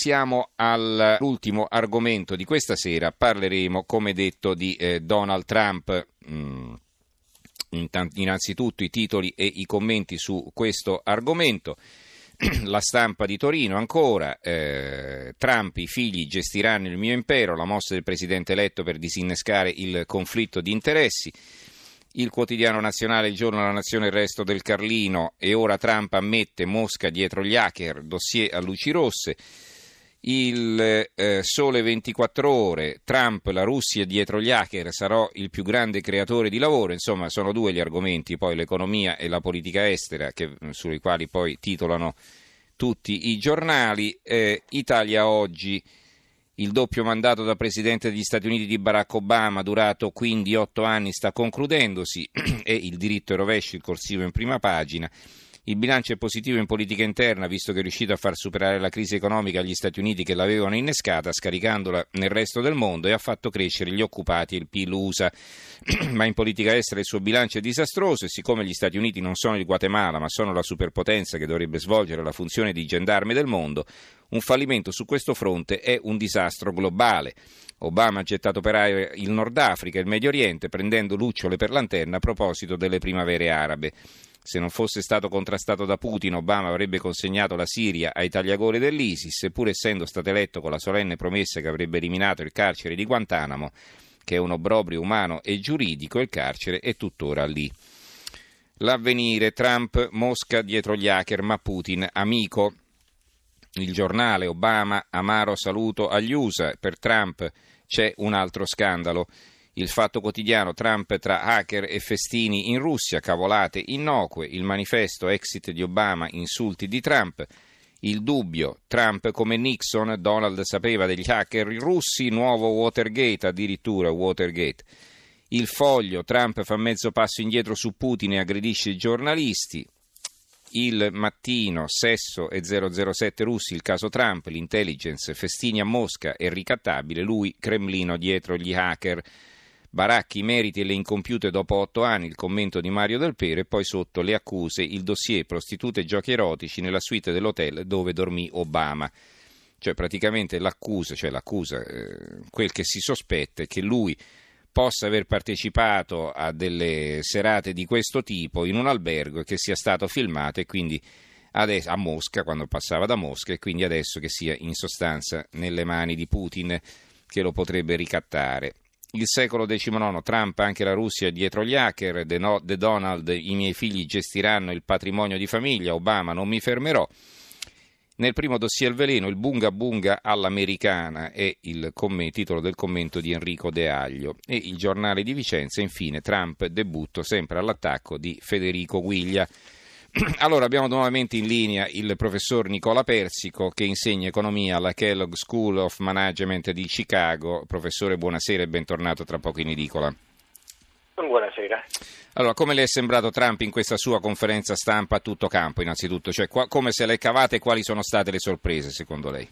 passiamo all'ultimo argomento di questa sera. Parleremo, come detto, di Donald Trump. Innanzitutto i titoli e i commenti su questo argomento. La Stampa di Torino ancora, Trump, i figli gestiranno il mio impero, la mossa del presidente eletto per disinnescare il conflitto di interessi. Il Quotidiano Nazionale, Il Giorno della Nazione, Il Resto del Carlino, e ora Trump ammette Mosca dietro gli hacker, dossier a luci rosse. Il Sole 24 Ore, Trump, la Russia dietro gli hacker, sarò il più grande creatore di lavoro. Insomma, sono due gli argomenti, poi l'economia e la politica estera, sui quali poi titolano tutti i giornali. Italia Oggi, il doppio mandato da presidente degli Stati Uniti di Barack Obama, durato quindi 8 anni, sta concludendosi, e il diritto ai rovesci, il corsivo in prima pagina. Il bilancio è positivo in politica interna, visto che è riuscito a far superare la crisi economica agli Stati Uniti che l'avevano innescata, scaricandola nel resto del mondo, e ha fatto crescere gli occupati e il PIL USA. Ma in politica estera il suo bilancio è disastroso, e siccome gli Stati Uniti non sono il Guatemala, ma sono la superpotenza che dovrebbe svolgere la funzione di gendarme del mondo, un fallimento su questo fronte è un disastro globale. Obama ha gettato per aria il Nord Africa e il Medio Oriente, prendendo lucciole per lanterna a proposito delle primavere arabe. Se non fosse stato contrastato da Putin, Obama avrebbe consegnato la Siria ai tagliagole dell'ISIS, pur essendo stato eletto con la solenne promessa che avrebbe eliminato il carcere di Guantanamo, che è un obbrobrio umano e giuridico. Il carcere è tuttora lì. L'Avvenire, Trump, Mosca dietro gli hacker, ma Putin amico. Il Giornale, Obama, amaro saluto agli USA. Per Trump c'è un altro scandalo. Il Fatto Quotidiano, Trump tra hacker e festini in Russia, cavolate innocue. Il Manifesto, exit di Obama, insulti di Trump. Il Dubbio, Trump come Nixon, Donald sapeva degli hacker russi, nuovo Watergate, addirittura Watergate. Il Foglio, Trump fa mezzo passo indietro su Putin e aggredisce i giornalisti. Il Mattino, sesso e 007 russi, il caso Trump, l'intelligence, festini a Mosca, è ricattabile, lui Cremlino dietro gli hacker. Baracchi, i meriti e le incompiute dopo 8 anni, il commento di Mario Del Pero, e poi sotto le accuse, il dossier prostitute e giochi erotici nella suite dell'hotel dove dormì Obama. Cioè praticamente l'accusa, quel che si sospetta è che lui possa aver partecipato a delle serate di questo tipo in un albergo e che sia stato filmato, e quindi adesso, a Mosca, quando passava da Mosca, e quindi adesso che sia in sostanza nelle mani di Putin, che lo potrebbe ricattare. Il Secolo XIX, Trump, anche la Russia dietro gli hacker. The Donald, i miei figli gestiranno il patrimonio di famiglia. Obama, non mi fermerò. Nel primo dossier il veleno, il bunga bunga all'americana, è il titolo del commento di Enrico De Aglio. E il Giornale di Vicenza, infine, Trump, debutto sempre all'attacco di Federico Guiglia. Allora, abbiamo nuovamente in linea il professor Nicola Persico, che insegna economia alla Kellogg School of Management di Chicago. Professore, buonasera e bentornato tra poco in edicola. Buonasera. Allora, come le è sembrato Trump in questa sua conferenza stampa a tutto campo, innanzitutto? Cioè, come se le cavate e quali sono state le sorprese, secondo lei?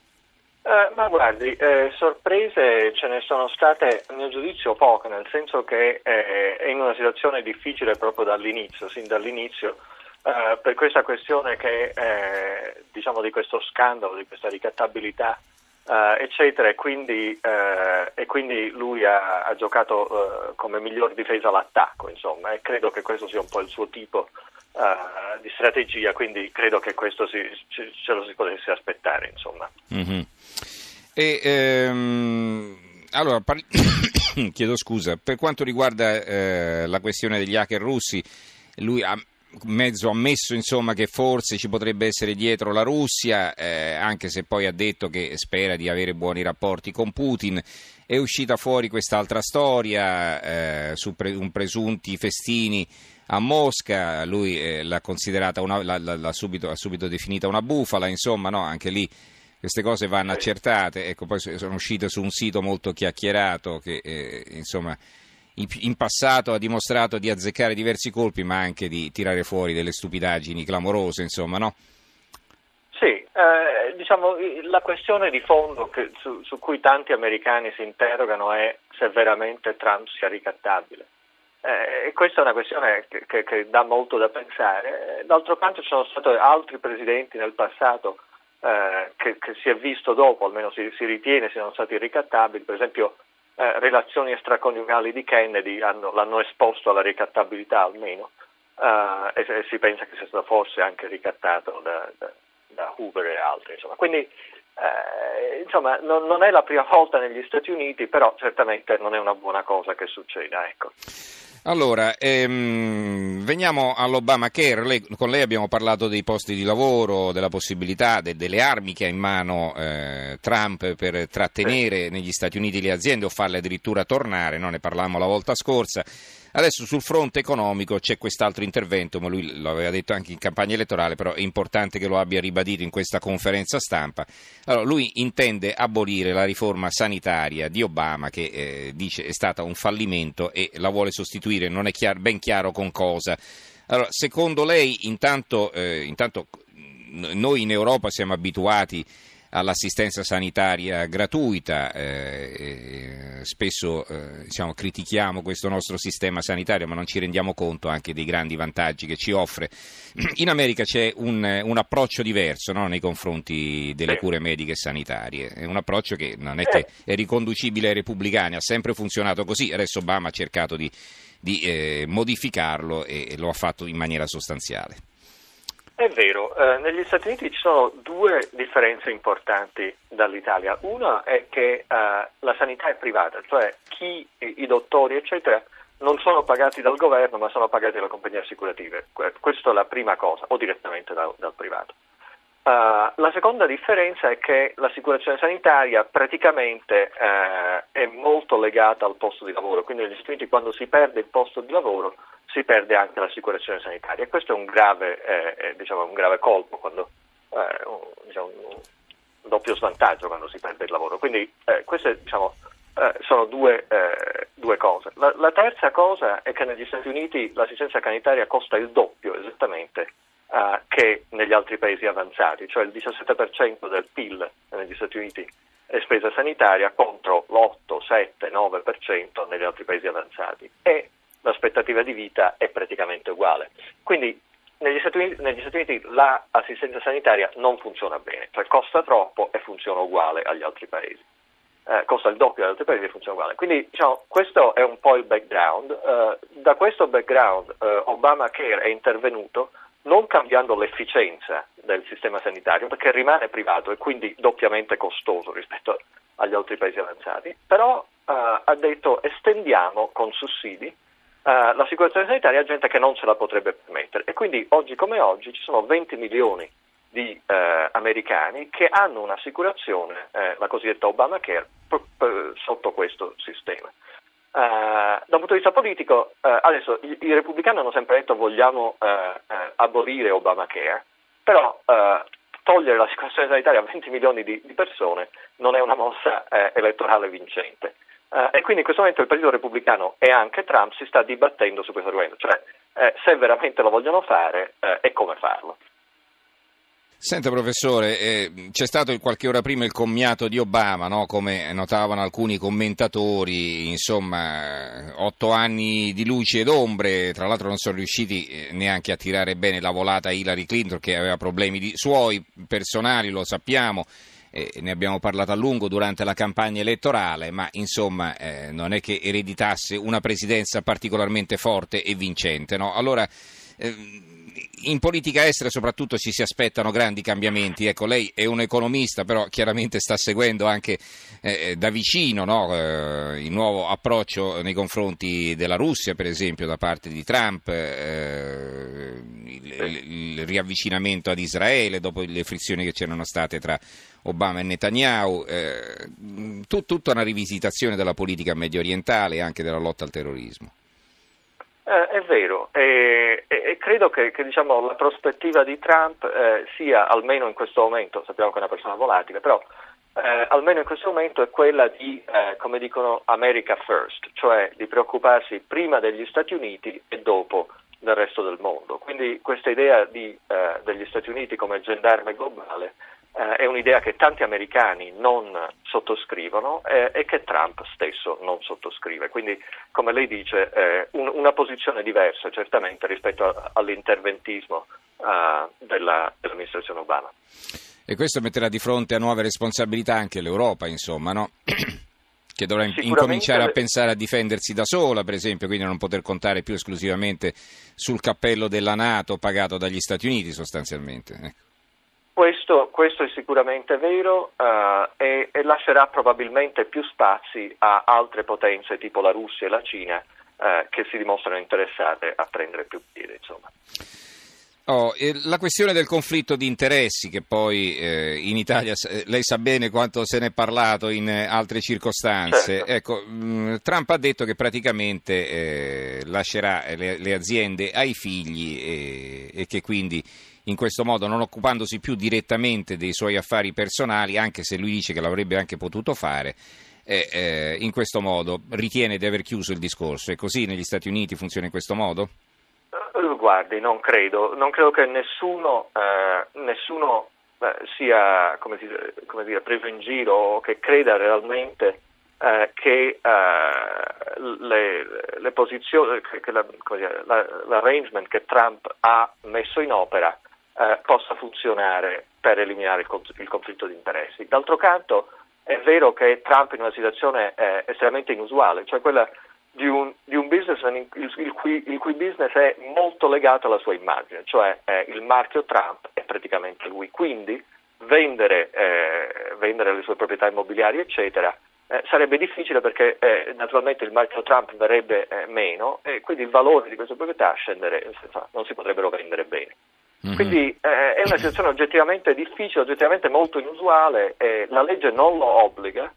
Ma guardi, sorprese ce ne sono state, a mio giudizio, poche, nel senso che è in una situazione difficile proprio sin dall'inizio, per questa questione che, diciamo, di questo scandalo, di questa ricattabilità, eccetera, e quindi lui ha giocato come miglior difesa l'attacco, insomma, e credo che questo sia un po' il suo tipo di strategia, quindi credo che questo ce lo si potesse aspettare, insomma. Mm-hmm. Allora, chiedo scusa, per quanto riguarda la questione degli hacker russi, lui ha ammesso, insomma, che forse ci potrebbe essere dietro la Russia, anche se poi ha detto che spera di avere buoni rapporti con Putin. È uscita fuori quest'altra storia su presunti festini a Mosca. Lui l'ha considerata l'ha subito definita una bufala, insomma, no? Anche lì queste cose vanno accertate. Ecco, poi sono uscite su un sito molto chiacchierato che insomma in passato ha dimostrato di azzeccare diversi colpi, ma anche di tirare fuori delle stupidaggini clamorose, insomma, no? Sì, diciamo, la questione di fondo su cui tanti americani si interrogano è se veramente Trump sia ricattabile. E questa è una questione che dà molto da pensare. D'altro canto ci sono stati altri presidenti nel passato che si è visto dopo, almeno si ritiene siano stati ricattabili, per esempio relazioni extraconiugali di Kennedy l'hanno esposto alla ricattabilità almeno, e si pensa che sia stato forse anche ricattato da Hoover e altri, insomma. Quindi non è la prima volta negli Stati Uniti, però certamente non è una buona cosa che succeda, ecco. Allora, veniamo all'Obamacare. Con lei abbiamo parlato dei posti di lavoro, della possibilità delle armi che ha in mano Trump per trattenere negli Stati Uniti le aziende o farle addirittura tornare, no? Ne parlavamo la volta scorsa. Adesso sul fronte economico c'è quest'altro intervento, ma lui lo aveva detto anche in campagna elettorale, però è importante che lo abbia ribadito in questa conferenza stampa. Allora, lui intende abolire la riforma sanitaria di Obama, che dice è stata un fallimento, e la vuole sostituire, non è ben chiaro con cosa. Allora, secondo lei, intanto noi in Europa siamo abituati all'assistenza sanitaria gratuita, spesso critichiamo questo nostro sistema sanitario, ma non ci rendiamo conto anche dei grandi vantaggi che ci offre. In America c'è un approccio diverso, no, nei confronti delle cure mediche e sanitarie, è un approccio che non è che è riconducibile ai repubblicani, ha sempre funzionato così. Adesso Obama ha cercato di modificarlo e lo ha fatto in maniera sostanziale. È vero, negli Stati Uniti ci sono due differenze importanti dall'Italia. Una è che la sanità è privata, cioè i dottori eccetera non sono pagati dal governo ma sono pagati dalle compagnie assicurative. Questa è la prima cosa, o direttamente dal privato. La seconda differenza è che l'assicurazione sanitaria praticamente è molto legata al posto di lavoro, quindi negli Stati Uniti quando si perde il posto di lavoro si perde anche l'assicurazione sanitaria, e questo è un grave colpo, quando un doppio svantaggio quando si perde il lavoro. Quindi queste sono due cose. La terza cosa è che negli Stati Uniti l'assistenza sanitaria costa il doppio esattamente che negli altri paesi avanzati, cioè il 17% del PIL negli Stati Uniti è spesa sanitaria contro l'8, 7, 9% negli altri paesi avanzati, e l'aspettativa di vita è praticamente uguale. Quindi negli Stati Uniti l'assistenza sanitaria non funziona bene, cioè costa troppo e funziona uguale agli altri paesi. Costa il doppio agli altri paesi e funziona uguale. Quindi questo è un po' il background. Da questo background Obamacare è intervenuto non cambiando l'efficienza del sistema sanitario, perché rimane privato e quindi doppiamente costoso rispetto agli altri paesi avanzati, però ha detto estendiamo con sussidi l'assicurazione sanitaria a gente che non se la potrebbe permettere, e quindi oggi come oggi ci sono 20 milioni di americani che hanno un'assicurazione, la cosiddetta Obamacare, sotto questo sistema. Da un punto di vista politico, adesso i repubblicani hanno sempre detto vogliamo abolire Obamacare, però togliere l'assicurazione sanitaria a 20 milioni di persone non è una mossa elettorale vincente. E quindi in questo momento il Partito Repubblicano e anche Trump si sta dibattendo su questo argomento, cioè se veramente lo vogliono fare e come farlo. Senta professore, c'è stato qualche ora prima il commiato di Obama, no? Come notavano alcuni commentatori, insomma 8 anni di luci ed ombre, tra l'altro non sono riusciti neanche a tirare bene la volata Hillary Clinton, che aveva problemi suoi personali, lo sappiamo, ne abbiamo parlato a lungo durante la campagna elettorale, ma insomma non è che ereditasse una presidenza particolarmente forte e vincente, no? Allora in politica estera soprattutto ci si aspettano grandi cambiamenti. Ecco, lei è un economista, però chiaramente sta seguendo anche da vicino, no? Il nuovo approccio nei confronti della Russia, per esempio, da parte di Trump, il riavvicinamento ad Israele dopo le frizioni che c'erano state tra Obama e Netanyahu, tutta una rivisitazione della politica medio orientale e anche della lotta al terrorismo. È vero, e credo che la prospettiva di Trump sia, almeno in questo momento, sappiamo che è una persona volatile, però almeno in questo momento è quella di, come dicono, America first, cioè di preoccuparsi prima degli Stati Uniti e dopo del resto del mondo. Quindi questa idea degli Stati Uniti come gendarme globale è un'idea che tanti americani non sottoscrivono e che Trump stesso non sottoscrive. Quindi, come lei dice, una posizione diversa certamente rispetto all'interventismo dell'amministrazione Obama. E questo metterà di fronte a nuove responsabilità anche l'Europa, insomma, no? Che dovrà incominciare a pensare a difendersi da sola, per esempio, quindi non poter contare più esclusivamente sul cappello della NATO pagato dagli Stati Uniti, sostanzialmente. Ecco. Questo è sicuramente vero e lascerà probabilmente più spazi a altre potenze tipo la Russia e la Cina che si dimostrano interessate a prendere più piede, insomma. La questione del conflitto di interessi, che poi in Italia lei sa bene quanto se ne è parlato in altre circostanze. Certo. Ecco, Trump ha detto che praticamente lascerà le aziende ai figli e che quindi in questo modo, non occupandosi più direttamente dei suoi affari personali, anche se lui dice che l'avrebbe anche potuto fare, in questo modo ritiene di aver chiuso il discorso. È così negli Stati Uniti? Funziona in questo modo? Guardi, non credo che nessuno sia come dire, preso in giro o che creda realmente che le posizioni, che l'arrangement che Trump ha messo in opera possa funzionare per eliminare il conflitto di interessi. D'altro canto è vero che Trump è in una situazione estremamente inusuale, cioè quella di un businessman il cui business è molto legato alla sua immagine, cioè il marchio Trump è praticamente lui, quindi vendere le sue proprietà immobiliari eccetera sarebbe difficile perché naturalmente il marchio Trump verrebbe meno e quindi il valore di queste proprietà non si potrebbero vendere bene. Mm-hmm. Quindi è una situazione oggettivamente difficile, oggettivamente molto inusuale e la legge non lo obbliga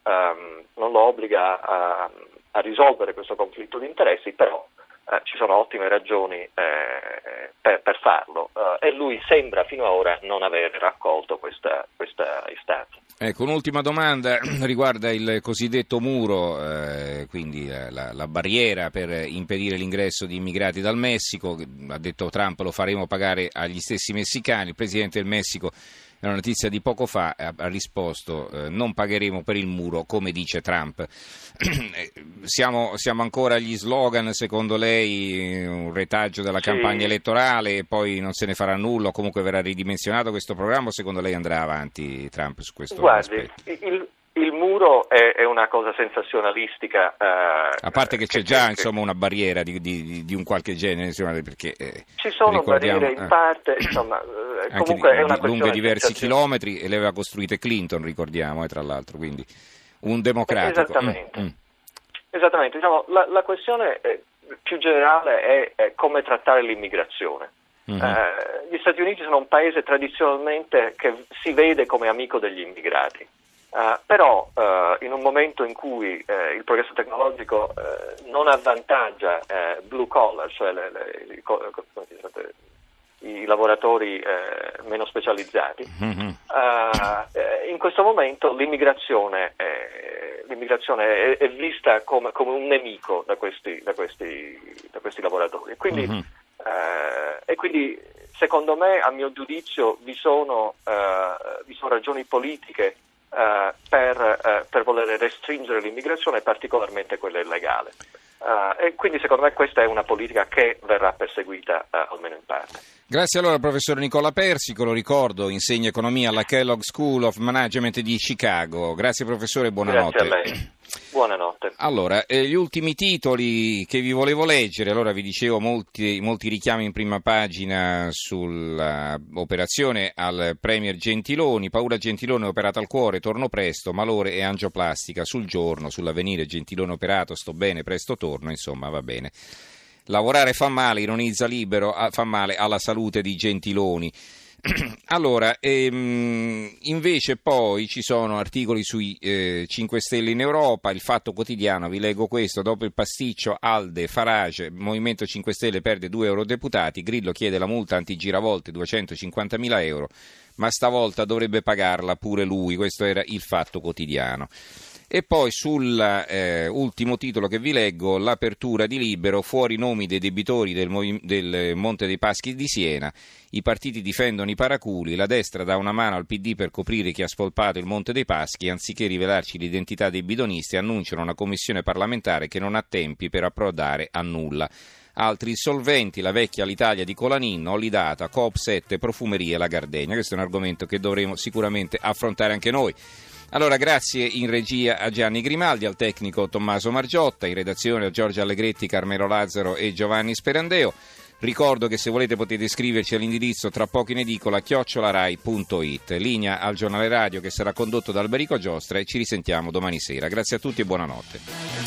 a risolvere questo conflitto di interessi, però ci sono ottime ragioni per farlo e lui sembra fino ad ora non aver raccolto questa istanza. Ecco, un'ultima domanda riguarda il cosiddetto muro, quindi la barriera per impedire l'ingresso di immigrati dal Messico. Ha detto Trump lo faremo pagare agli stessi messicani. Il presidente del Messico, è una notizia di poco fa, ha risposto non pagheremo per il muro, come dice Trump. Siamo ancora agli slogan, secondo lei, un retaggio della campagna elettorale e poi non se ne farà nulla o comunque verrà ridimensionato questo programma, o secondo lei andrà avanti Trump su questo aspetto? Il muro è una cosa sensazionalistica. A parte che c'è già insomma una barriera di un qualche genere, insomma, perché ci sono barriere in parte, insomma, comunque è una lunga diversi chilometri e le aveva costruite Clinton, ricordiamo, tra l'altro, quindi un democratico. Esattamente. Diciamo, la questione più generale è come trattare l'immigrazione. Gli Stati Uniti sono un paese tradizionalmente che si vede come amico degli immigrati. Però in un momento in cui il progresso tecnologico non avvantaggia blue collar, cioè i lavoratori meno specializzati, in questo momento l'immigrazione è vista come un nemico da questi lavoratori. Quindi secondo me, a mio giudizio, vi sono ragioni politiche per voler restringere l'immigrazione, particolarmente quella illegale. E quindi secondo me questa è una politica che verrà perseguita almeno in parte. Grazie allora professor Nicola Persico, lo ricordo, insegna economia alla Kellogg School of Management di Chicago. Grazie professore, buonanotte. Grazie a lei. Buonanotte. Allora, gli ultimi titoli che vi volevo leggere, allora vi dicevo molti richiami in prima pagina sull'operazione al Premier Gentiloni. Paura Gentiloni operato al cuore, torno presto, malore e angioplastica sul giorno, sull'Avvenire Gentiloni operato, sto bene, presto torno, insomma va bene. Lavorare fa male, ironizza Libero, fa male alla salute di Gentiloni. Allora, invece poi ci sono articoli sui 5 Stelle in Europa, il Fatto Quotidiano, vi leggo questo: dopo il pasticcio Alde, Farage, Movimento 5 Stelle perde 2 eurodeputati, Grillo chiede la multa antigiravolte 250.000 euro, ma stavolta dovrebbe pagarla pure lui. Questo era il Fatto Quotidiano. E poi sull'ultimo titolo che vi leggo, l'apertura di Libero, fuori i nomi dei debitori del Monte dei Paschi di Siena, i partiti difendono i paraculi, la destra dà una mano al PD per coprire chi ha spolpato il Monte dei Paschi, anziché rivelarci l'identità dei bidonisti annunciano una commissione parlamentare che non ha tempi per approdare a nulla. altri solventi, la vecchia Alitalia di Colanin, Olidata, Coop 7, Profumerie La Gardenia. Questo è un argomento che dovremo sicuramente affrontare anche noi. Allora, grazie in regia a Gianni Grimaldi, al tecnico Tommaso Margiotta, in redazione a Giorgio Allegretti, Carmelo Lazzaro e Giovanni Sperandeo. Ricordo che se volete potete scriverci all'indirizzo tra poco in edicola @rai.it. Linea al giornale radio che sarà condotto da Alberico Giostra e ci risentiamo domani sera. Grazie a tutti e buonanotte.